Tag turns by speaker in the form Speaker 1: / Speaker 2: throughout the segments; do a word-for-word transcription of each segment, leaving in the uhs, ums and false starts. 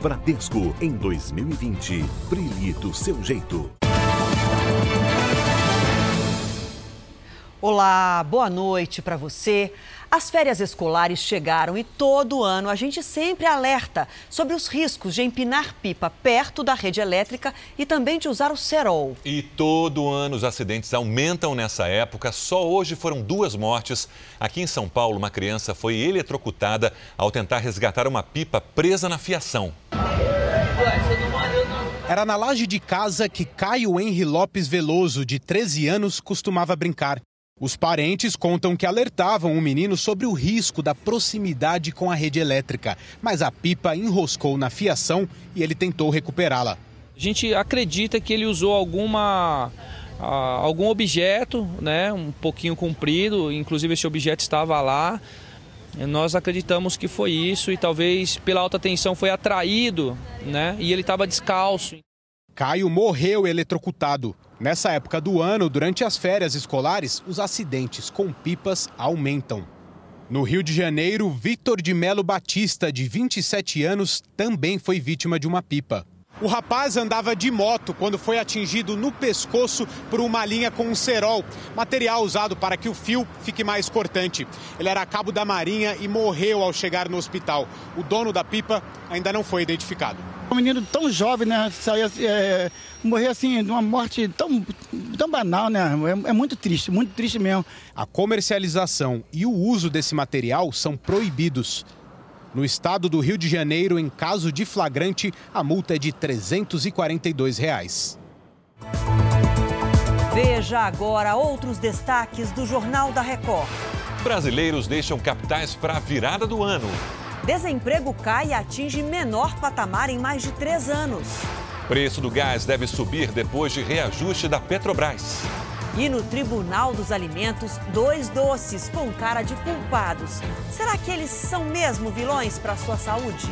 Speaker 1: Bradesco, em dois mil e vinte. Brilhe do seu jeito.
Speaker 2: Olá, boa noite para você. As férias escolares chegaram e todo ano a gente sempre alerta sobre os riscos de empinar pipa perto da rede elétrica e também de usar o cerol.
Speaker 3: E todo ano os acidentes aumentam nessa época. Só hoje foram duas mortes. Aqui em São Paulo, uma criança foi eletrocutada ao tentar resgatar uma pipa presa na fiação.
Speaker 4: Era na laje de casa que Caio Henri Lopes Veloso, de treze anos, costumava brincar. Os parentes contam que alertavam o menino sobre o risco da proximidade com a rede elétrica, mas a pipa enroscou na fiação e ele tentou recuperá-la.
Speaker 5: A gente acredita que ele usou alguma, uh, algum objeto, né, um pouquinho comprido, inclusive esse objeto estava lá. Nós acreditamos que foi isso e talvez pela alta tensão foi atraído, né, e ele estava descalço.
Speaker 4: Caio morreu eletrocutado. Nessa época do ano, durante as férias escolares, os acidentes com pipas aumentam. No Rio de Janeiro, Vitor de Melo Batista, de vinte e sete anos, também foi vítima de uma pipa. O rapaz andava de moto quando foi atingido no pescoço por uma linha com um cerol, material usado para que o fio fique mais cortante. Ele era cabo da Marinha e morreu ao chegar no hospital. O dono da pipa ainda não foi identificado.
Speaker 6: Um menino tão jovem, né, sair, é, morrer assim de uma morte tão, tão banal, né, é, é muito triste, muito triste mesmo.
Speaker 4: A comercialização e o uso desse material são proibidos. No estado do Rio de Janeiro, em caso de flagrante, a multa é de trezentos e quarenta e dois reais.
Speaker 2: Veja agora outros destaques do Jornal da Record.
Speaker 3: Brasileiros deixam capitais para a virada do ano.
Speaker 2: Desemprego cai e atinge menor patamar em mais de três anos.
Speaker 3: Preço do gás deve subir depois de reajuste da Petrobras.
Speaker 2: E no Tribunal dos Alimentos, dois doces com cara de culpados. Será que eles são mesmo vilões para a sua saúde?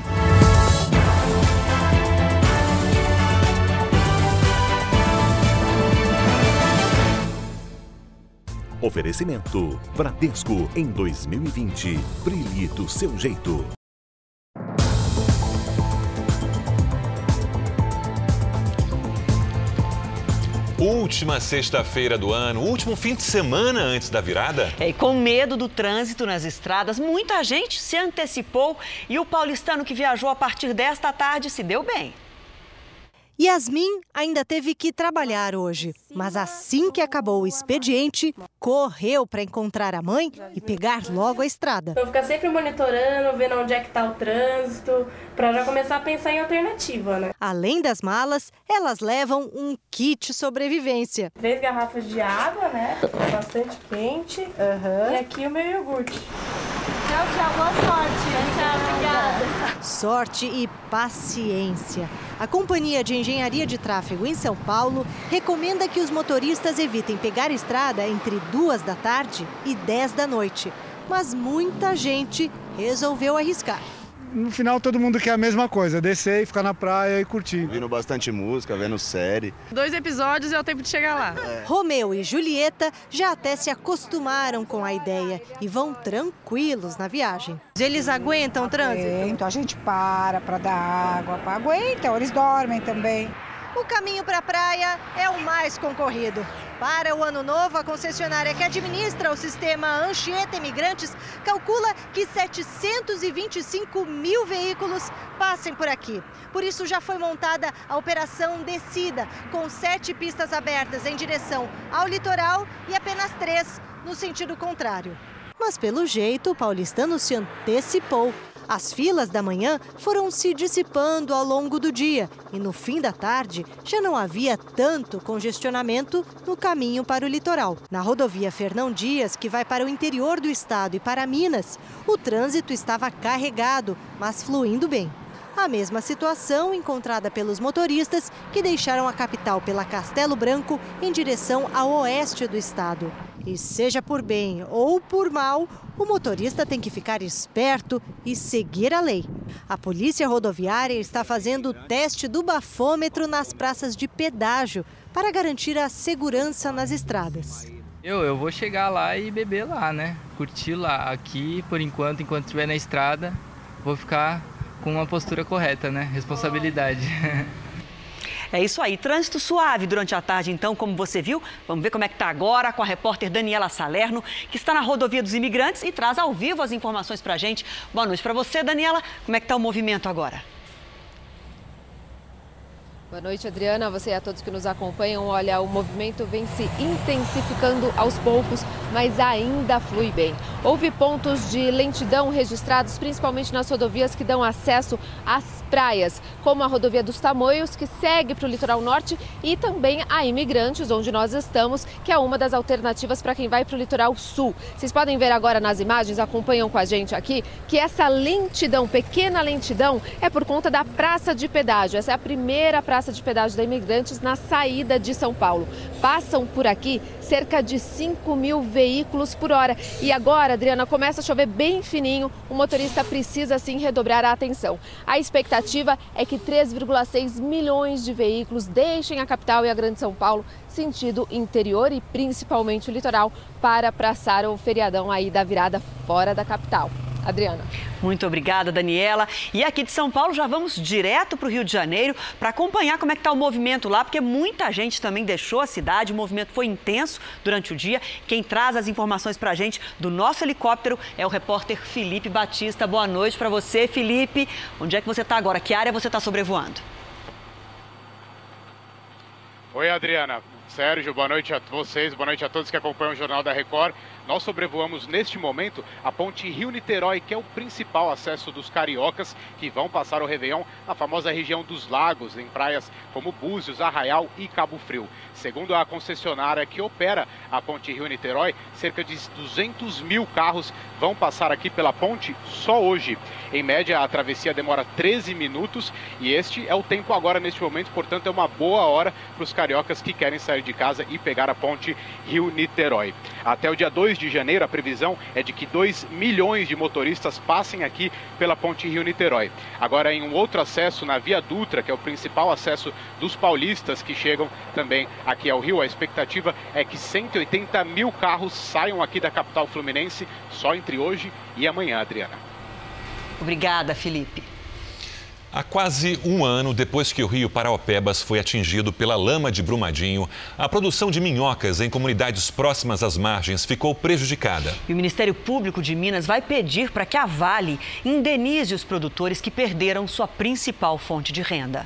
Speaker 1: Oferecimento Bradesco, em dois mil e vinte. Brilhe do seu jeito.
Speaker 3: Última sexta-feira do ano, último fim de semana antes da virada.
Speaker 2: É, e com medo do trânsito nas estradas, muita gente se antecipou e o paulistano que viajou a partir desta tarde se deu bem.
Speaker 7: Yasmin ainda teve que trabalhar hoje, mas assim que acabou o expediente, correu para encontrar a mãe e pegar logo a estrada.
Speaker 8: Eu ficar sempre monitorando, vendo onde é que está o trânsito, para já começar a pensar em alternativa, né?
Speaker 7: Além das malas, elas levam um kit sobrevivência.
Speaker 8: Três garrafas de água, né? Bastante quente. Uhum. E aqui o meu iogurte. Tchau, tchau, boa sorte. Tchau, obrigada.
Speaker 7: Sorte e paciência. A Companhia de Engenharia de Tráfego em São Paulo recomenda que os motoristas evitem pegar a estrada entre duas da tarde e dez da noite. Mas muita gente resolveu arriscar.
Speaker 9: No final, todo mundo quer a mesma coisa, descer e ficar na praia e curtir.
Speaker 10: Vindo bastante música, vendo série.
Speaker 8: Dois episódios é o tempo de chegar lá.
Speaker 7: É. Romeu e Julieta já até se acostumaram com a ideia e vão tranquilos na viagem. Eles aguentam o trânsito?
Speaker 11: Então a gente para para dar água, pra... aguentam, eles dormem também.
Speaker 7: O caminho para a praia é o mais concorrido. Para o ano novo, a concessionária que administra o sistema Anchieta Imigrantes calcula que setecentos e vinte e cinco mil veículos passem por aqui. Por isso já foi montada a Operação Descida, com sete pistas abertas em direção ao litoral e apenas três no sentido contrário. Mas pelo jeito, o paulistano se antecipou. As filas da manhã foram se dissipando ao longo do dia e no fim da tarde já não havia tanto congestionamento no caminho para o litoral. Na rodovia Fernão Dias, que vai para o interior do estado e para Minas, o trânsito estava carregado, mas fluindo bem. A mesma situação encontrada pelos motoristas que deixaram a capital pela Castelo Branco em direção ao oeste do estado. E seja por bem ou por mal, o motorista tem que ficar esperto e seguir a lei. A Polícia Rodoviária está fazendo o teste do bafômetro nas praças de pedágio para garantir a segurança nas estradas.
Speaker 5: Eu, eu vou chegar lá e beber lá, né? Curtir lá. Aqui, por enquanto, enquanto estiver na estrada, vou ficar
Speaker 12: com uma postura correta, né? Responsabilidade.
Speaker 2: É isso aí, trânsito suave durante a tarde, então, como você viu. Vamos ver como é que está agora com a repórter Daniela Salerno, que está na rodovia dos Imigrantes e traz ao vivo as informações para a gente. Boa noite para você, Daniela. Como é que está o movimento agora?
Speaker 13: Boa noite, Adriana. Você e a todos que nos acompanham. Olha, o movimento vem se intensificando aos poucos, mas ainda flui bem. Houve pontos de lentidão registrados, principalmente nas rodovias que dão acesso às praias, como a rodovia dos Tamoios, que segue para o litoral norte, e também a Imigrantes, onde nós estamos, que é uma das alternativas para quem vai para o litoral sul. Vocês podem ver agora nas imagens, acompanham com a gente aqui, que essa lentidão, pequena lentidão, é por conta da praça de pedágio. Essa é a primeira praça de pedágio da Imigrantes na saída de São Paulo. Passam por aqui cerca de cinco mil veículos por hora. E agora, Adriana, começa a chover bem fininho, o motorista precisa sim redobrar a atenção. A expectativa é que três vírgula seis milhões de veículos deixem a capital e a Grande São Paulo, sentido interior e principalmente o litoral, para passar o feriadão aí da virada fora da capital. Adriana.
Speaker 2: Muito obrigada, Daniela. E aqui de São Paulo já vamos direto para o Rio de Janeiro para acompanhar como é que está o movimento lá, porque muita gente também deixou a cidade, o movimento foi intenso durante o dia. Quem traz as informações para a gente do nosso helicóptero é o repórter Felipe Batista. Boa noite para você, Felipe. Onde é que você está agora? Que área você está sobrevoando?
Speaker 14: Oi, Adriana. Sérgio, boa noite a vocês, boa noite a todos que acompanham o Jornal da Record. Nós sobrevoamos neste momento a ponte Rio-Niterói, que é o principal acesso dos cariocas que vão passar o Réveillon na famosa região dos lagos, em praias como Búzios, Arraial e Cabo Frio. Segundo a concessionária que opera a ponte Rio-Niterói, cerca de duzentos mil carros vão passar aqui pela ponte só hoje. Em média, a travessia demora treze minutos e este é o tempo agora neste momento, portanto é uma boa hora para os cariocas que querem sair de casa e pegar a ponte Rio-Niterói. Até o dia dois de janeiro, a previsão é de que dois milhões de motoristas passem aqui pela ponte Rio-Niterói. Agora, em um outro acesso, na Via Dutra, que é o principal acesso dos paulistas que chegam também aqui ao Rio, a expectativa é que cento e oitenta mil carros saiam aqui da capital fluminense só entre hoje e amanhã, Adriana.
Speaker 2: Obrigada, Felipe.
Speaker 3: Há quase um ano depois que o rio Paraopebas foi atingido pela lama de Brumadinho, a produção de minhocas em comunidades próximas às margens ficou prejudicada.
Speaker 2: E o Ministério Público de Minas vai pedir para que a Vale indenize os produtores que perderam sua principal fonte de renda.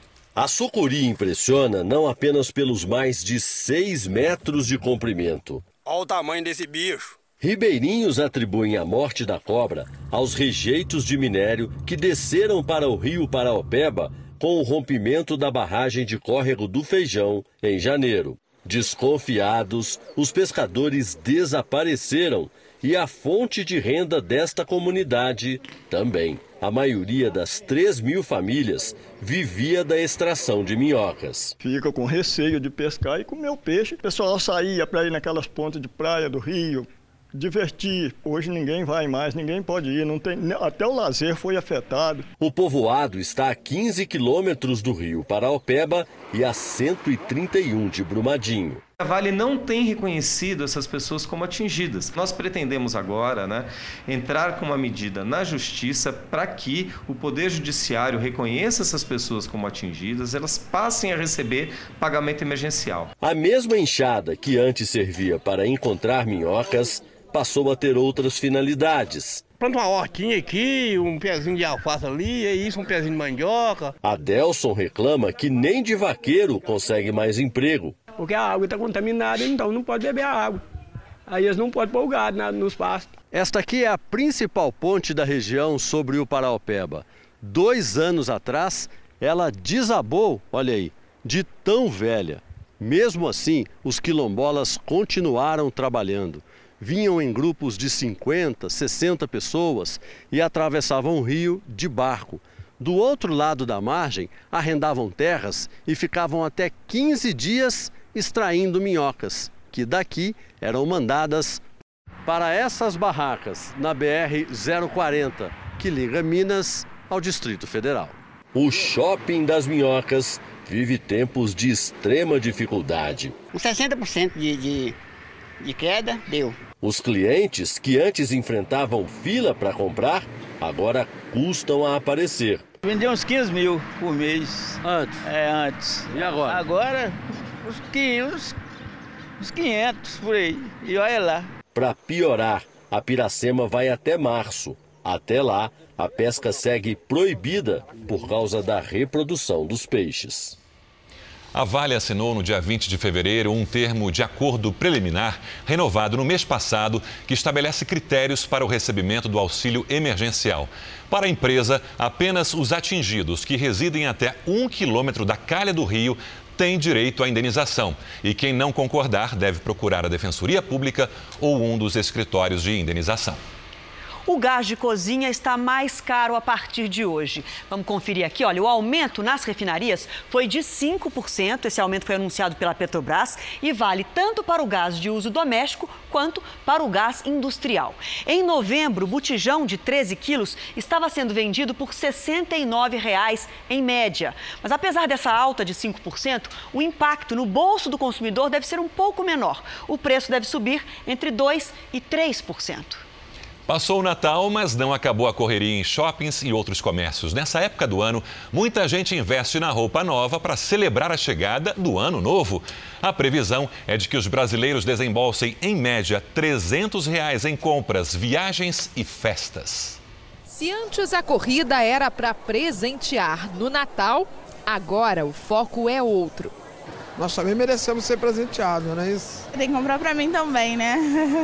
Speaker 15: A sucuri impressiona não apenas pelos mais de seis metros de comprimento.
Speaker 16: Olha o tamanho desse bicho.
Speaker 15: Ribeirinhos atribuem a morte da cobra aos rejeitos de minério que desceram para o rio Paraopeba com o rompimento da barragem de Córrego do Feijão em janeiro. Desconfiados, os pescadores desapareceram e a fonte de renda desta comunidade também. A maioria das três mil famílias vivia da extração de minhocas.
Speaker 17: Fica com receio de pescar e comer o peixe. O pessoal saía para ir naquelas pontas de praia do rio, divertir. Hoje ninguém vai mais, ninguém pode ir, não tem, até o lazer foi afetado.
Speaker 15: O povoado está a quinze quilômetros do rio Paraopeba e a cento e trinta e um de Brumadinho.
Speaker 18: A Vale não tem reconhecido essas pessoas como atingidas. Nós pretendemos agora, né, entrar com uma medida na justiça para que o Poder Judiciário reconheça essas pessoas como atingidas, elas passem a receber pagamento emergencial.
Speaker 15: A mesma enxada que antes servia para encontrar minhocas passou a ter outras finalidades.
Speaker 19: Planta uma hortinha aqui, um pezinho de alface ali, é isso, um pezinho de mandioca.
Speaker 15: Adelson reclama que nem de vaqueiro consegue mais emprego.
Speaker 19: Porque a água está contaminada, então não pode beber a água. Aí eles não podem pôr o gado na, nos pastos.
Speaker 15: Esta aqui é a principal ponte da região sobre o Paraopeba. Dois anos atrás, ela desabou, olha aí, de tão velha. Mesmo assim, os quilombolas continuaram trabalhando. Vinham em grupos de cinquenta, sessenta pessoas e atravessavam o rio de barco. Do outro lado da margem, arrendavam terras e ficavam até quinze dias extraindo minhocas, que daqui eram mandadas para essas barracas na B R zero quarenta, que liga Minas ao Distrito Federal. O shopping das minhocas vive tempos de extrema dificuldade.
Speaker 11: Uns sessenta por cento de, de, de queda deu.
Speaker 15: Os clientes que antes enfrentavam fila para comprar agora custam a aparecer.
Speaker 20: Vendi uns quinze mil por mês.
Speaker 15: Antes?
Speaker 20: É, antes.
Speaker 15: E agora?
Speaker 20: Agora, uns quinhentos, uns quinhentos por aí. E olha lá.
Speaker 15: Para piorar, a Piracema vai até março. Até lá, a pesca segue proibida por causa da reprodução dos peixes.
Speaker 3: A Vale assinou no dia vinte de fevereiro um termo de acordo preliminar renovado no mês passado que estabelece critérios para o recebimento do auxílio emergencial. Para a empresa, apenas os atingidos que residem até um quilômetro da calha do rio têm direito à indenização. E quem não concordar deve procurar a Defensoria Pública ou um dos escritórios de indenização.
Speaker 2: O gás de cozinha está mais caro a partir de hoje. Vamos conferir aqui, olha, o aumento nas refinarias foi de cinco por cento. Esse aumento foi anunciado pela Petrobras e vale tanto para o gás de uso doméstico quanto para o gás industrial. Em novembro, o botijão de treze quilos estava sendo vendido por sessenta e nove reais em média. Mas apesar dessa alta de cinco por cento, o impacto no bolso do consumidor deve ser um pouco menor. O preço deve subir entre dois por cento e três por cento.
Speaker 3: Passou o Natal, mas não acabou a correria em shoppings e outros comércios. Nessa época do ano, muita gente investe na roupa nova para celebrar a chegada do ano novo. A previsão é de que os brasileiros desembolsem, em média, trezentos reais em compras, viagens e festas.
Speaker 13: Se antes a corrida era para presentear no Natal, agora o foco é outro.
Speaker 21: Nós também merecemos ser presenteados, não é isso?
Speaker 22: Tem que comprar para mim também, né?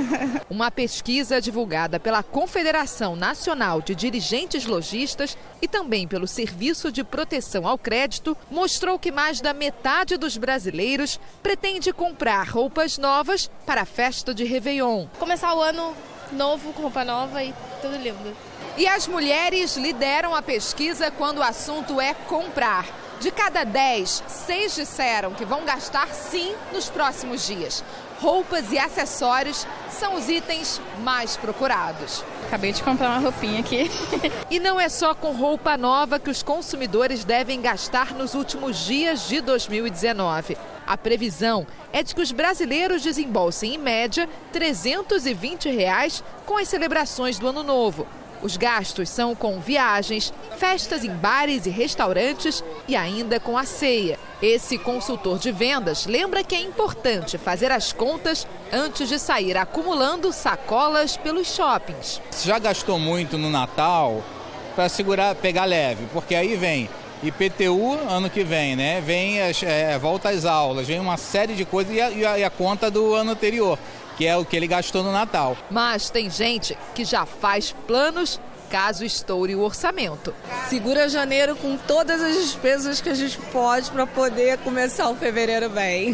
Speaker 13: Uma pesquisa divulgada pela Confederação Nacional de Dirigentes Lojistas e também pelo Serviço de Proteção ao Crédito mostrou que mais da metade dos brasileiros pretende comprar roupas novas para a festa de Réveillon.
Speaker 22: Começar o ano novo com roupa nova e tudo lindo.
Speaker 13: E as mulheres lideram a pesquisa quando o assunto é comprar. De cada dez, seis disseram que vão gastar sim nos próximos dias. Roupas e acessórios são os itens mais procurados.
Speaker 22: Acabei de comprar uma roupinha aqui.
Speaker 13: E não é só com roupa nova que os consumidores devem gastar nos últimos dias de dois mil e dezenove. A previsão é de que os brasileiros desembolsem, em média, trezentos e vinte reais com as celebrações do Ano Novo. Os gastos são com viagens, festas em bares e restaurantes e ainda com a ceia. Esse consultor de vendas lembra que é importante fazer as contas antes de sair acumulando sacolas pelos shoppings.
Speaker 23: Já gastou muito no Natal para segurar, pegar leve, porque aí vem I P T U ano que vem, né? Vem as, é, volta às aulas, vem uma série de coisas e a, e a, e a conta do ano anterior, que é o que ele gastou no Natal.
Speaker 13: Mas tem gente que já faz planos caso estoure o orçamento.
Speaker 24: Segura janeiro com todas as despesas que a gente pode para poder começar o fevereiro bem.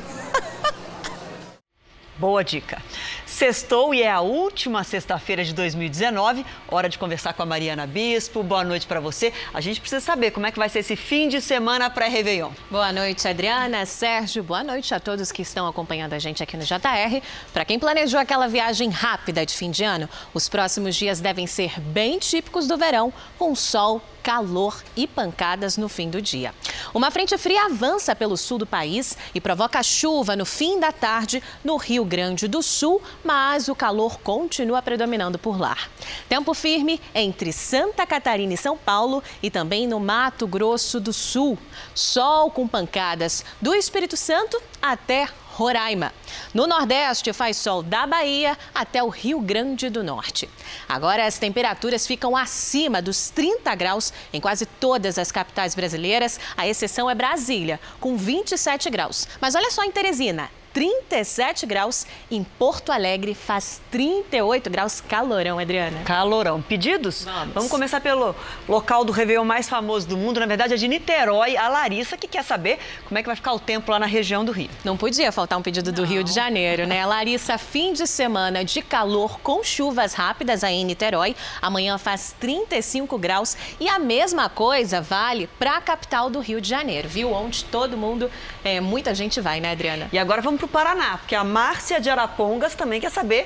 Speaker 2: Boa dica. Sextou e é a última sexta-feira de dois mil e dezenove. Hora de conversar com a Mariana Bispo. Boa noite para você. A gente precisa saber como é que vai ser esse fim de semana pré-Réveillon.
Speaker 25: Boa noite, Adriana, Sérgio. Boa noite a todos que estão acompanhando a gente aqui no J R. Para quem planejou aquela viagem rápida de fim de ano, os próximos dias devem ser bem típicos do verão, com sol, calor e pancadas no fim do dia. Uma frente fria avança pelo sul do país e provoca chuva no fim da tarde no Rio Grande do Sul, mas o calor continua predominando por lá. Tempo firme entre Santa Catarina e São Paulo e também no Mato Grosso do Sul. Sol com pancadas do Espírito Santo até Roraima. No Nordeste faz sol da Bahia até o Rio Grande do Norte. Agora as temperaturas ficam acima dos trinta graus em quase todas as capitais brasileiras. A exceção é Brasília, com vinte e sete graus. Mas olha só em Teresina, trinta e sete graus. Em Porto Alegre faz trinta e oito graus. Calorão, Adriana.
Speaker 2: Calorão. Pedidos?
Speaker 25: Vamos.
Speaker 2: Vamos começar pelo local do Réveillon mais famoso do mundo. Na verdade, é de Niterói. A Larissa, que quer saber como é que vai ficar o tempo lá na região do Rio.
Speaker 25: Não podia faltar um pedido do Não. Rio de Janeiro, né? Larissa, fim de semana de calor com chuvas rápidas aí em Niterói. Amanhã faz trinta e cinco graus. E a mesma coisa vale para a capital do Rio de Janeiro, viu? Onde todo mundo, é, muita gente vai, né, Adriana?
Speaker 2: E agora vamos para o Paraná, porque a Márcia de Arapongas também quer saber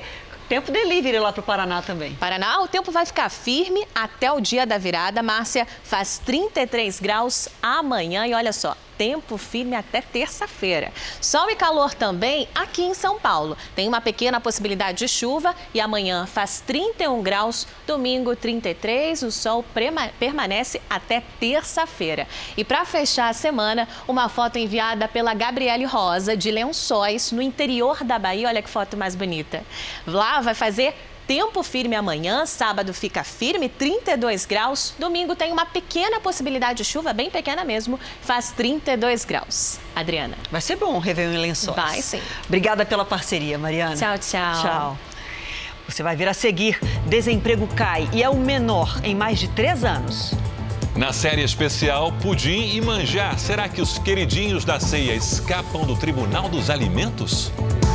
Speaker 2: Tempo delivery lá para o Paraná também.
Speaker 25: Paraná, o tempo vai ficar firme até o dia da virada. Márcia, faz trinta e três graus amanhã e olha só, tempo firme até terça-feira. Sol e calor também aqui em São Paulo. Tem uma pequena possibilidade de chuva e amanhã faz trinta e um graus, domingo trinta e três, o sol permanece até terça-feira. E para fechar a semana, uma foto enviada pela Gabriele Rosa de Lençóis, no interior da Bahia. Olha que foto mais bonita. Lá vai fazer tempo firme amanhã, sábado fica firme, trinta e dois graus, domingo tem uma pequena possibilidade de chuva, bem pequena mesmo, faz trinta e dois graus. Adriana.
Speaker 2: Vai ser bom o Réveillon em Lençóis.
Speaker 25: Vai sim.
Speaker 2: Obrigada pela parceria, Mariana.
Speaker 25: Tchau, tchau.
Speaker 2: Tchau. Você vai ver a seguir, desemprego cai e é o menor em mais de três anos.
Speaker 3: Na série especial, Pudim e Manjar, será que os queridinhos da ceia escapam do Tribunal dos Alimentos?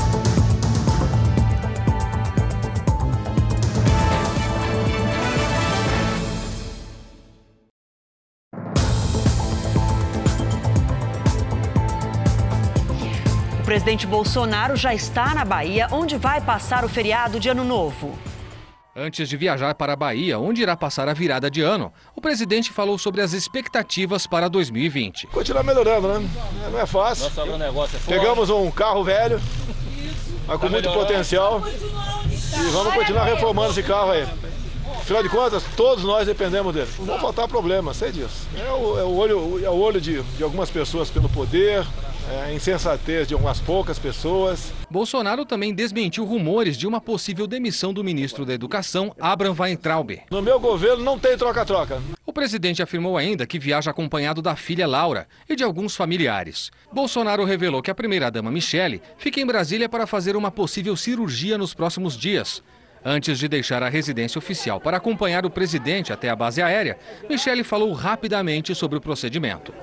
Speaker 2: O presidente Bolsonaro já está na Bahia, onde vai passar o feriado de Ano Novo.
Speaker 1: Antes de viajar para a Bahia, onde irá passar a virada de ano, o presidente falou sobre as expectativas para dois mil e vinte.
Speaker 4: Continuar melhorando, né? Não é fácil. Nosso negócio é forte. Pegamos um carro velho, mas com muito potencial, e vamos continuar reformando esse carro aí. Afinal de contas, todos nós dependemos dele. Não vão faltar problemas, sei disso. É o, é o olho, é o olho de, de algumas pessoas pelo poder, é a insensatez de umas poucas pessoas.
Speaker 1: Bolsonaro também desmentiu rumores de uma possível demissão do ministro da Educação, Abraham Weintraub.
Speaker 4: No meu governo não tem troca-troca.
Speaker 1: O presidente afirmou ainda que viaja acompanhado da filha Laura e de alguns familiares. Bolsonaro revelou que a primeira-dama Michele fica em Brasília para fazer uma possível cirurgia nos próximos dias. Antes de deixar a residência oficial para acompanhar o presidente até a base aérea, Michele falou rapidamente sobre o procedimento.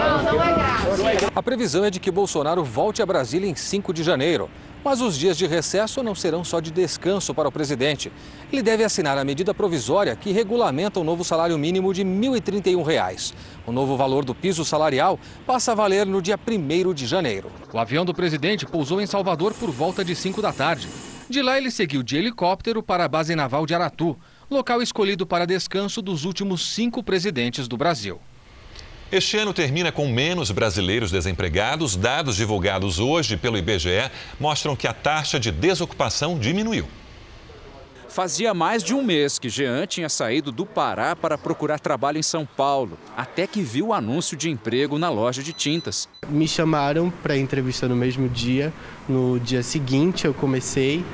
Speaker 1: A previsão é de que Bolsonaro volte a Brasília em cinco de janeiro. Mas os dias de recesso não serão só de descanso para o presidente. Ele deve assinar a medida provisória que regulamenta o novo salário mínimo de mil e trinta e um reais. O novo valor do piso salarial passa a valer no dia primeiro de janeiro. O avião do presidente pousou em Salvador por volta de cinco da tarde. De lá ele seguiu de helicóptero para a base naval de Aratu, local escolhido para descanso dos últimos cinco presidentes do Brasil.
Speaker 3: Este ano termina com menos brasileiros desempregados. Dados divulgados hoje pelo I B G E mostram que a taxa de desocupação diminuiu.
Speaker 6: Fazia mais de um mês que Jean tinha saído do Pará para procurar trabalho em São Paulo, até que viu o anúncio de emprego na loja de tintas.
Speaker 9: Me chamaram para entrevista no mesmo dia. No dia seguinte eu comecei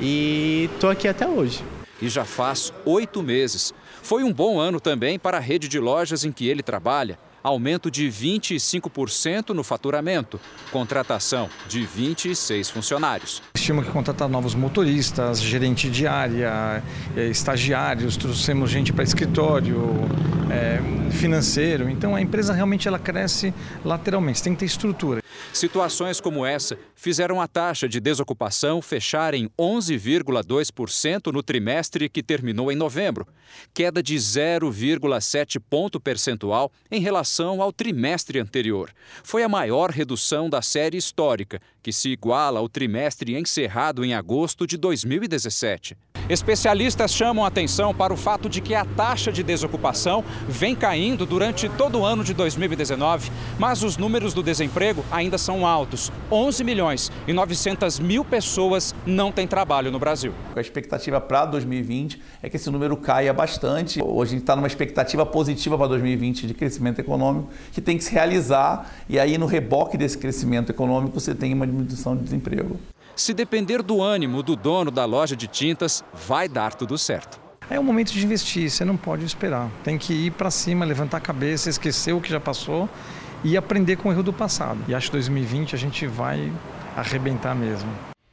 Speaker 9: e estou aqui até hoje.
Speaker 6: E já faz oito meses. Foi um bom ano também para a rede de lojas em que ele trabalha. Aumento de vinte e cinco por cento no faturamento, contratação de vinte e seis funcionários.
Speaker 10: Tínhamos que contratar novos motoristas, gerente de área, estagiários, trouxemos gente para escritório, é, financeiro. Então a empresa realmente ela cresce lateralmente, tem que ter estrutura.
Speaker 6: Situações como essa fizeram a taxa de desocupação fechar em onze vírgula dois por cento no trimestre que terminou em novembro, queda de zero vírgula sete ponto percentual em relação ao trimestre anterior. Foi a maior redução da série histórica, que se iguala ao trimestre encerrado em agosto de dois mil e dezessete. Especialistas chamam a atenção para o fato de que a taxa de desocupação vem caindo durante todo o ano de dois mil e dezenove, mas os números do desemprego ainda são altos. onze milhões e novecentas mil pessoas não têm trabalho no Brasil.
Speaker 26: A expectativa para dois mil e vinte é que esse número caia bastante. Hoje a gente está numa expectativa positiva para dois mil e vinte de crescimento econômico que tem que se realizar e aí no reboque desse crescimento econômico você tem uma diminuição de desemprego.
Speaker 6: Se depender do ânimo do dono da loja de tintas, vai dar tudo certo.
Speaker 10: É o momento de investir, você não pode esperar. Tem que ir para cima, levantar a cabeça, esquecer o que já passou e aprender com o erro do passado. E acho que dois mil e vinte a gente vai arrebentar mesmo.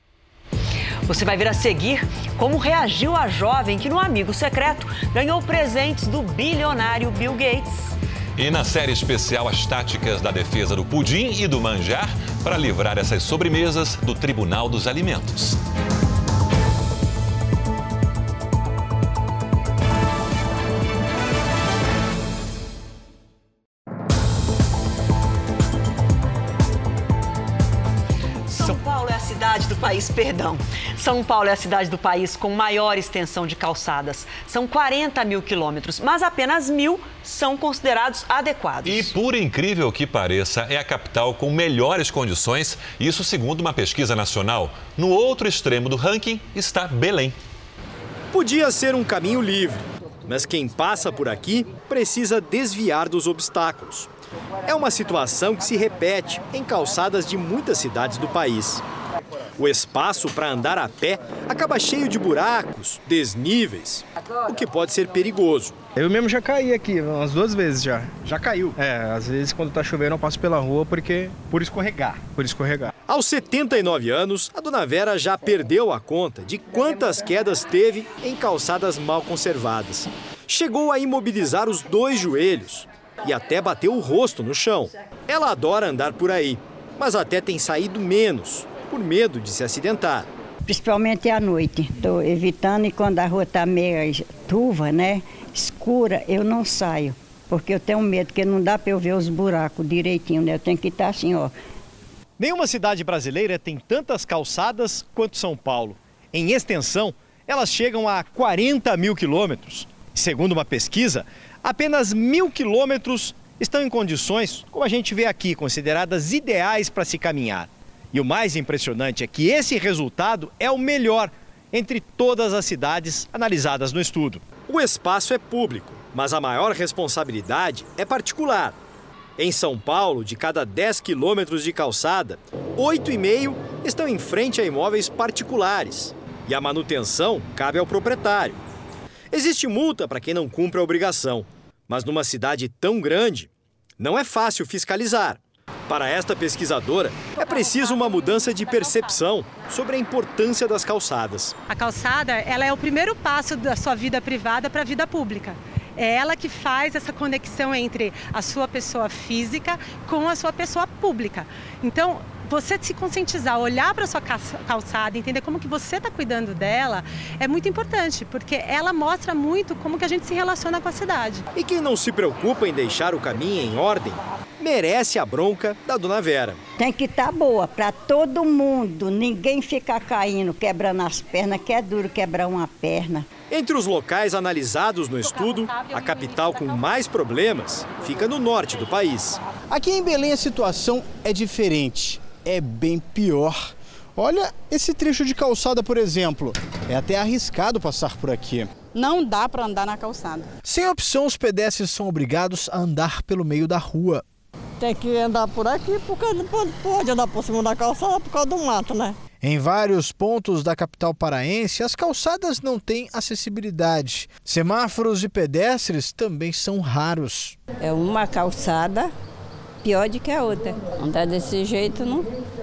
Speaker 2: Você vai ver a seguir como reagiu a jovem que no Amigo Secreto ganhou presentes do bilionário Bill Gates.
Speaker 3: E na série especial, as táticas da defesa do pudim e do manjar para livrar essas sobremesas do Tribunal dos Alimentos.
Speaker 2: São Paulo é a cidade cidade do país, perdão. São Paulo é a cidade do país com maior extensão de calçadas. São quarenta mil quilômetros, mas apenas mil são considerados adequados.
Speaker 3: E por incrível que pareça, é a capital com melhores condições, isso segundo uma pesquisa nacional. No outro extremo do ranking está Belém.
Speaker 5: Podia ser um caminho livre, mas quem passa por aqui precisa desviar dos obstáculos. É uma situação que se repete em calçadas de muitas cidades do país. O espaço para andar a pé acaba cheio de buracos, desníveis, o que pode ser perigoso.
Speaker 7: Eu mesmo já caí aqui umas duas vezes já. Já caiu. É, às vezes quando tá chovendo eu passo pela rua porque por escorregar, por escorregar.
Speaker 5: Aos setenta e nove anos, a dona Vera já perdeu a conta de quantas quedas teve em calçadas mal conservadas. Chegou a imobilizar os dois joelhos e até bateu o rosto no chão. Ela adora andar por aí, mas até tem saído menos, por medo de se acidentar.
Speaker 8: Principalmente à noite. Estou evitando e quando a rua está meio turva, né, escura, eu não saio. Porque eu tenho medo, porque não dá para eu ver os buracos direitinho, né? Eu tenho que estar assim, ó.
Speaker 5: Nenhuma cidade brasileira tem tantas calçadas quanto São Paulo. Em extensão, elas chegam a quarenta mil quilômetros. Segundo uma pesquisa, apenas mil quilômetros estão em condições, como a gente vê aqui, consideradas ideais para se caminhar. E o mais impressionante é que esse resultado é o melhor entre todas as cidades analisadas no estudo. O espaço é público, mas a maior responsabilidade é particular. Em São Paulo, de cada dez quilômetros de calçada, oito vírgula cinco estão em frente a imóveis particulares. E a manutenção cabe ao proprietário. Existe multa para quem não cumpre a obrigação, mas numa cidade tão grande, não é fácil fiscalizar. Para esta pesquisadora, é preciso uma mudança de percepção sobre a importância das calçadas.
Speaker 12: A calçada, ela é o primeiro passo da sua vida privada para a vida pública. É ela que faz essa conexão entre a sua pessoa física com a sua pessoa pública. Então, você se conscientizar, olhar para a sua calçada, entender como que você está cuidando dela, é muito importante, porque ela mostra muito como que a gente se relaciona com a cidade.
Speaker 5: E quem não se preocupa em deixar o caminho em ordem, merece a bronca da dona Vera.
Speaker 8: Tem que estar boa para todo mundo, ninguém ficar caindo, quebrando as pernas, que é duro quebrar uma perna.
Speaker 5: Entre os locais analisados no estudo, a capital com mais problemas fica no norte do país.
Speaker 14: Aqui em Belém a situação é diferente, é bem pior. Olha esse trecho de calçada, por exemplo. É até arriscado passar por aqui.
Speaker 16: Não dá para andar na calçada.
Speaker 14: Sem opção, os pedestres são obrigados a andar pelo meio da rua.
Speaker 16: Tem que andar por aqui porque não pode, pode andar por cima da calçada por causa do mato, né?
Speaker 14: Em vários pontos da capital paraense, as calçadas não têm acessibilidade. Semáforos e pedestres também são raros.
Speaker 24: É uma calçada pior do que a outra. Andar desse jeito não,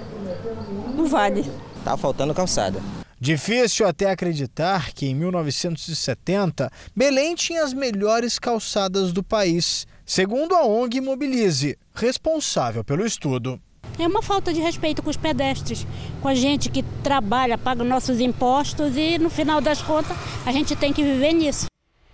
Speaker 24: não vale.
Speaker 27: Tá faltando calçada.
Speaker 14: Difícil até acreditar que em mil novecentos e setenta, Belém tinha as melhores calçadas do país, segundo a O N G Mobilize, responsável pelo estudo.
Speaker 28: É uma falta de respeito com os pedestres, com a gente que trabalha, paga nossos impostos e, no final das contas, a gente tem que viver nisso.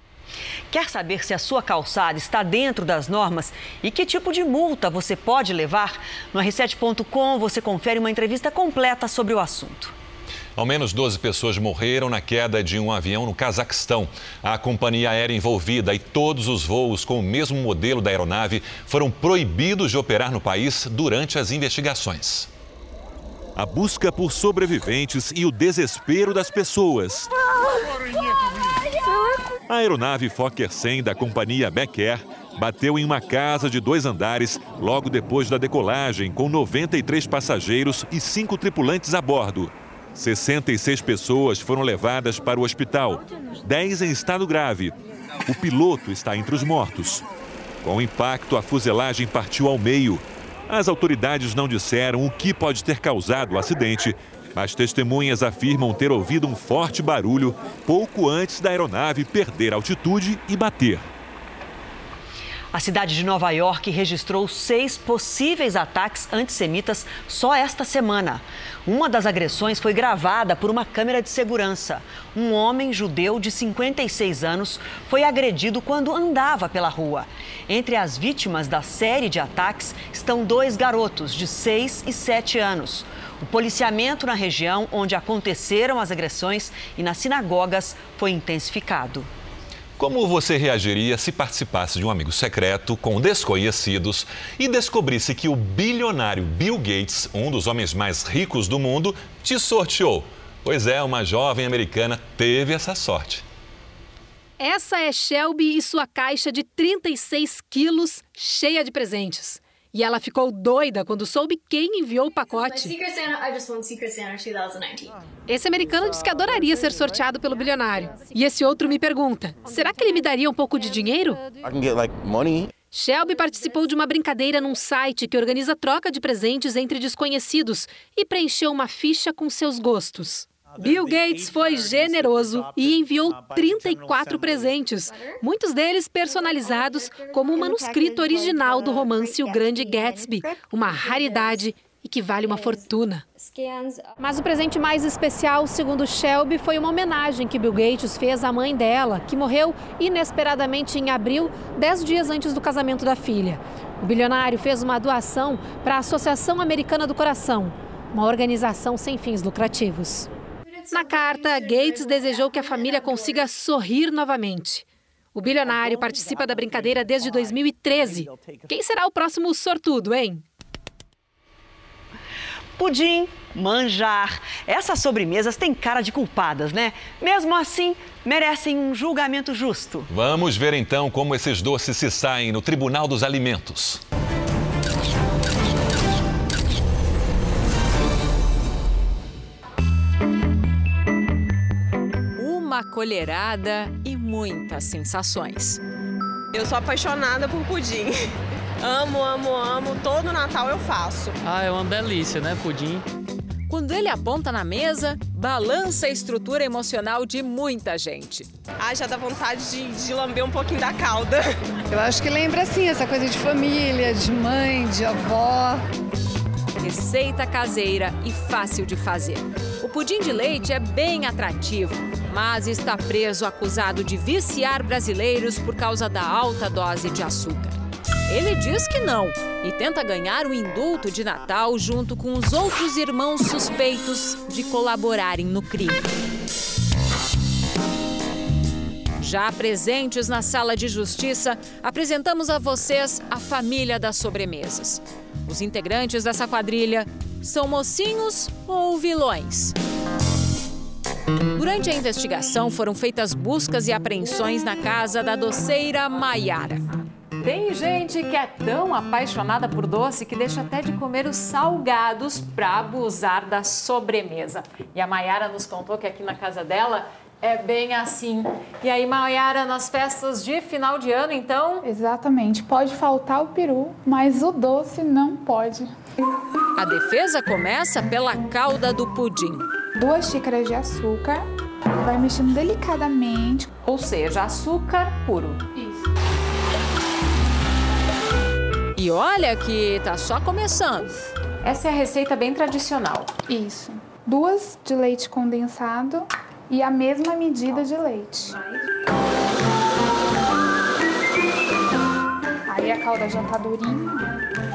Speaker 2: Quer saber se a sua calçada está dentro das normas e que tipo de multa você pode levar? No R sete ponto com você confere uma entrevista completa sobre o assunto.
Speaker 3: Ao menos doze pessoas morreram na queda de um avião no Cazaquistão. A companhia aérea envolvida e todos os voos com o mesmo modelo da aeronave foram proibidos de operar no país durante as investigações.
Speaker 29: A busca por sobreviventes e o desespero das pessoas. A aeronave Fokker cem da companhia Bequer bateu em uma casa de dois andares logo depois da decolagem, com noventa e três passageiros e cinco tripulantes a bordo. sessenta e seis pessoas foram levadas para o hospital, dez em estado grave. O piloto está entre os mortos. Com o impacto, a fuselagem partiu ao meio. As autoridades não disseram o que pode ter causado o acidente, mas testemunhas afirmam ter ouvido um forte barulho pouco antes da aeronave perder altitude e bater.
Speaker 2: A cidade de Nova York registrou seis possíveis ataques antissemitas só esta semana. Uma das agressões foi gravada por uma câmera de segurança. Um homem judeu de cinquenta e seis anos foi agredido quando andava pela rua. Entre as vítimas da série de ataques estão dois garotos de seis e sete anos. O policiamento na região onde aconteceram as agressões e nas sinagogas foi intensificado.
Speaker 3: Como você reagiria se participasse de um amigo secreto com desconhecidos e descobrisse que o bilionário Bill Gates, um dos homens mais ricos do mundo, te sorteou? Pois é, uma jovem americana teve essa sorte.
Speaker 11: Essa é Shelby e sua caixa de trinta e seis quilos cheia de presentes. E ela ficou doida quando soube quem enviou o pacote. Esse americano disse que adoraria ser sorteado pelo bilionário. E esse outro me pergunta, será que ele me daria um pouco de dinheiro? Shelby participou de uma brincadeira num site que organiza troca de presentes entre desconhecidos e preencheu uma ficha com seus gostos. Bill Gates foi generoso e enviou trinta e quatro presentes, muitos deles personalizados como o manuscrito original do romance O Grande Gatsby, uma raridade e que vale uma fortuna. Mas o presente mais especial, segundo Shelby, foi uma homenagem que Bill Gates fez à mãe dela, que morreu inesperadamente em abril, dez dias antes do casamento da filha. O bilionário fez uma doação para a Associação Americana do Coração, uma organização sem fins lucrativos. Na carta, Gates desejou que a família consiga sorrir novamente. O bilionário participa da brincadeira desde dois mil e treze. Quem será o próximo sortudo, hein?
Speaker 2: Pudim, manjar. Essas sobremesas têm cara de culpadas, né? Mesmo assim, merecem um julgamento justo.
Speaker 3: Vamos ver então como esses doces se saem no Tribunal dos Alimentos.
Speaker 15: Uma colherada e muitas sensações.
Speaker 17: Eu sou apaixonada por pudim. Amo, amo, amo. Todo Natal eu faço.
Speaker 18: Ah, é uma delícia, né, pudim?
Speaker 15: Quando ele aponta na mesa, balança a estrutura emocional de muita gente.
Speaker 17: Ah, já dá vontade de, de lamber um pouquinho da calda.
Speaker 19: Eu acho que lembra, assim, essa coisa de família, de mãe, de avó.
Speaker 15: Receita caseira e fácil de fazer. O pudim de leite é bem atrativo, mas está preso acusado de viciar brasileiros por causa da alta dose de açúcar. Ele diz que não e tenta ganhar o indulto de Natal junto com os outros irmãos suspeitos de colaborarem no crime. Já presentes na sala de justiça, apresentamos a vocês a família das sobremesas. Os integrantes dessa quadrilha são mocinhos ou vilões? Durante a investigação, foram feitas buscas e apreensões na casa da doceira Maiara.
Speaker 25: Tem gente que é tão apaixonada por doce que deixa até de comer os salgados para abusar da sobremesa. E a Maiara nos contou que aqui na casa dela é bem assim. E aí, Maiara, nas festas de final de ano, então?
Speaker 20: Exatamente. Pode faltar o peru, mas o doce não pode.
Speaker 15: A defesa começa pela calda do pudim.
Speaker 20: Duas xícaras de açúcar, vai mexendo delicadamente.
Speaker 25: Ou seja, açúcar puro.
Speaker 20: Isso.
Speaker 15: E olha que tá só começando.
Speaker 25: Essa é a receita bem tradicional.
Speaker 20: Isso. Duas de leite condensado e a mesma medida de leite. Aí a calda já tá durinha.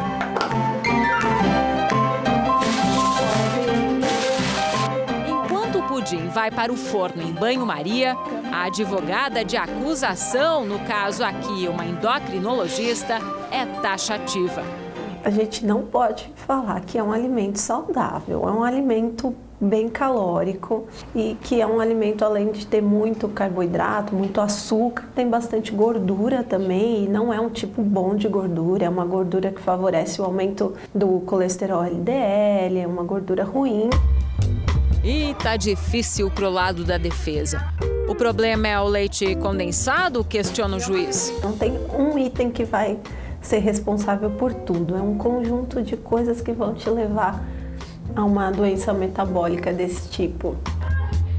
Speaker 15: Enquanto o pudim vai para o forno em banho-maria, a advogada de acusação, no caso aqui uma endocrinologista, é taxativa.
Speaker 21: A gente não pode falar que é um alimento saudável, é um alimento bem calórico e que é um alimento, além de ter muito carboidrato, muito açúcar, tem bastante gordura também e não é um tipo bom de gordura, é uma gordura que favorece o aumento do colesterol L D L, é uma gordura ruim.
Speaker 15: E tá difícil pro lado da defesa. O problema é o leite condensado? Questiona o juiz.
Speaker 21: Não tem um item que vai ser responsável por tudo. É um conjunto de coisas que vão te levar a uma doença metabólica desse tipo.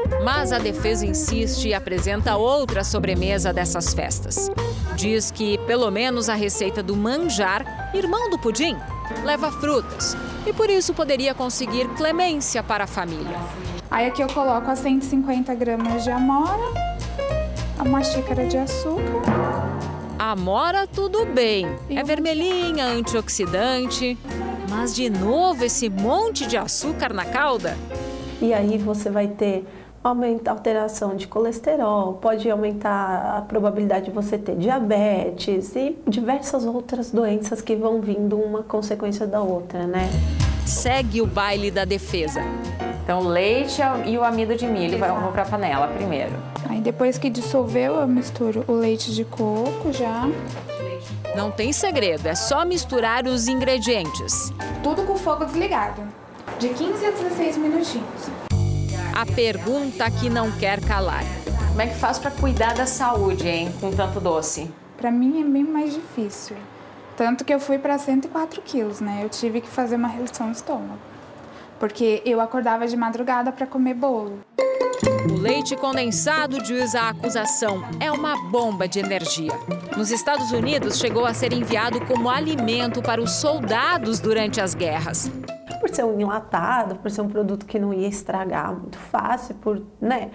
Speaker 15: Mas a defesa insiste e apresenta outra sobremesa dessas festas. Diz que, pelo menos a receita do manjar, irmão do pudim, leva frutas e por isso poderia conseguir clemência para a família.
Speaker 20: Aí aqui eu coloco as cento e cinquenta gramas de amora, uma xícara de açúcar.
Speaker 15: Amora, tudo bem. É vermelhinha, antioxidante. Mas de novo esse monte de açúcar na calda?
Speaker 21: E aí você vai ter aumenta, alteração de colesterol, pode aumentar a probabilidade de você ter diabetes e diversas outras doenças que vão vindo uma consequência da outra, né?
Speaker 15: Segue o baile da defesa.
Speaker 1: Então, o leite e o amido de milho vão para a panela primeiro.
Speaker 20: Aí depois que dissolveu, eu misturo o leite de coco já.
Speaker 15: Não tem segredo, é só misturar os ingredientes.
Speaker 20: Tudo com o fogo desligado, de quinze a dezesseis minutinhos.
Speaker 15: A pergunta que não quer calar.
Speaker 1: Como é que faz para cuidar da saúde, hein, com tanto doce?
Speaker 20: Para mim é bem mais difícil. Tanto que eu fui para cento e quatro quilos, né? Eu tive que fazer uma redução de estômago. Porque eu acordava de madrugada para comer bolo.
Speaker 15: O leite condensado, diz a acusação, é uma bomba de energia. Nos Estados Unidos, chegou a ser enviado como alimento para os soldados durante as guerras.
Speaker 21: Por ser um enlatado, por ser um produto que não ia estragar muito fácil, por, né?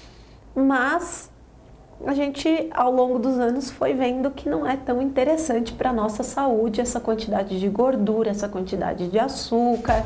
Speaker 21: Mas a gente, ao longo dos anos, foi vendo que não é tão interessante para a nossa saúde essa quantidade de gordura, essa quantidade de açúcar.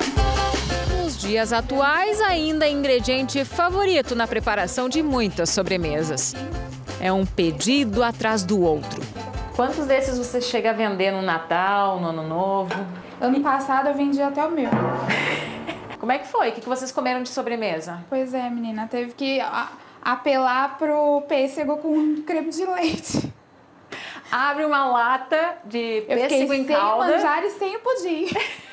Speaker 15: Nos dias atuais, ainda é ingrediente favorito na preparação de muitas sobremesas. É um pedido atrás do outro.
Speaker 1: Quantos desses você chega a vender no Natal, no Ano Novo?
Speaker 20: Ano passado eu vendi até o meu.
Speaker 1: Como é que foi? O que vocês comeram de sobremesa?
Speaker 20: Pois é, menina, teve que apelar pro pêssego com creme de leite.
Speaker 1: Abre uma lata de pêssego em calda.
Speaker 20: Eu fiquei sem o manjar e sem o pudim.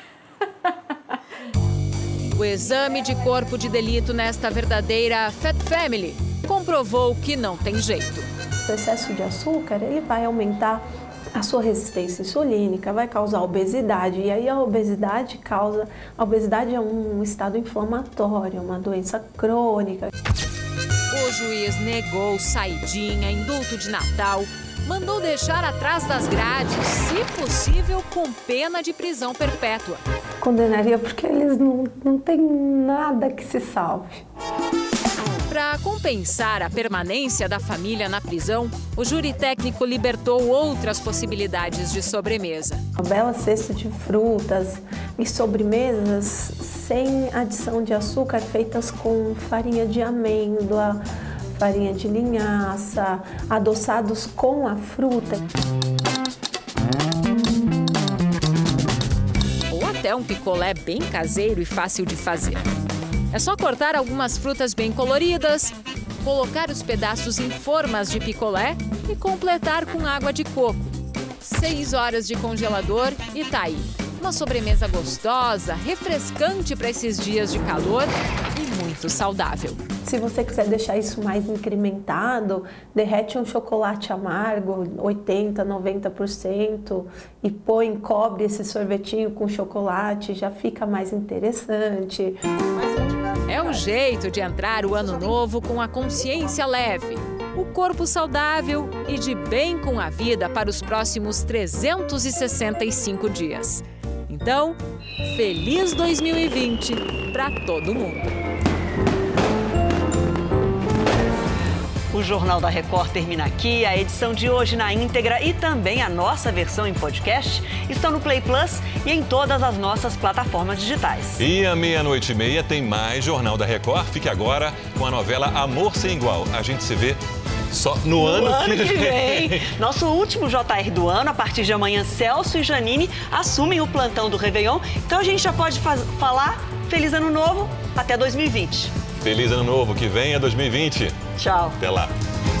Speaker 15: O exame de corpo de delito nesta verdadeira Fat Family comprovou que não tem jeito.
Speaker 21: O excesso de açúcar, ele vai aumentar a sua resistência insulínica, vai causar obesidade, e aí a obesidade causa... A obesidade é um estado inflamatório, uma doença crônica.
Speaker 15: O juiz negou saidinha, indulto de Natal, mandou deixar atrás das grades, se possível com pena de prisão perpétua.
Speaker 21: Condenaria porque eles não, não têm nada que se salve.
Speaker 15: Para compensar a permanência da família na prisão, o júri técnico libertou outras possibilidades de sobremesa.
Speaker 21: Uma bela cesta de frutas e sobremesas sem adição de açúcar, feitas com farinha de amêndoa, farinha de linhaça, adoçados com a fruta.
Speaker 15: Ou até um picolé bem caseiro e fácil de fazer. É só cortar algumas frutas bem coloridas, colocar os pedaços em formas de picolé e completar com água de coco. Seis horas de congelador e tá aí. Uma sobremesa gostosa, refrescante para esses dias de calor e muito saudável.
Speaker 21: Se você quiser deixar isso mais incrementado, derrete um chocolate amargo, oitenta, noventa por cento, e põe, cobre esse sorvetinho com chocolate, já fica mais interessante.
Speaker 15: É um jeito de entrar o ano novo com a consciência leve, o corpo saudável e de bem com a vida para os próximos trezentos e sessenta e cinco dias. Então, feliz dois mil e vinte para todo mundo!
Speaker 2: O Jornal da Record termina aqui. A edição de hoje na íntegra e também a nossa versão em podcast estão no Play Plus e em todas as nossas plataformas digitais.
Speaker 3: E à meia-noite e meia tem mais Jornal da Record. Fique agora com a novela Amor Sem Igual. A gente se vê só no, no ano,
Speaker 2: ano
Speaker 3: que,
Speaker 2: que vem. vem. Nosso último J R do ano. A partir de amanhã, Celso e Janine assumem o plantão do Réveillon. Então a gente já pode faz... falar Feliz Ano Novo até dois mil e vinte.
Speaker 3: Feliz Ano Novo, que venha dois mil e vinte.
Speaker 2: Tchau.
Speaker 3: Até lá.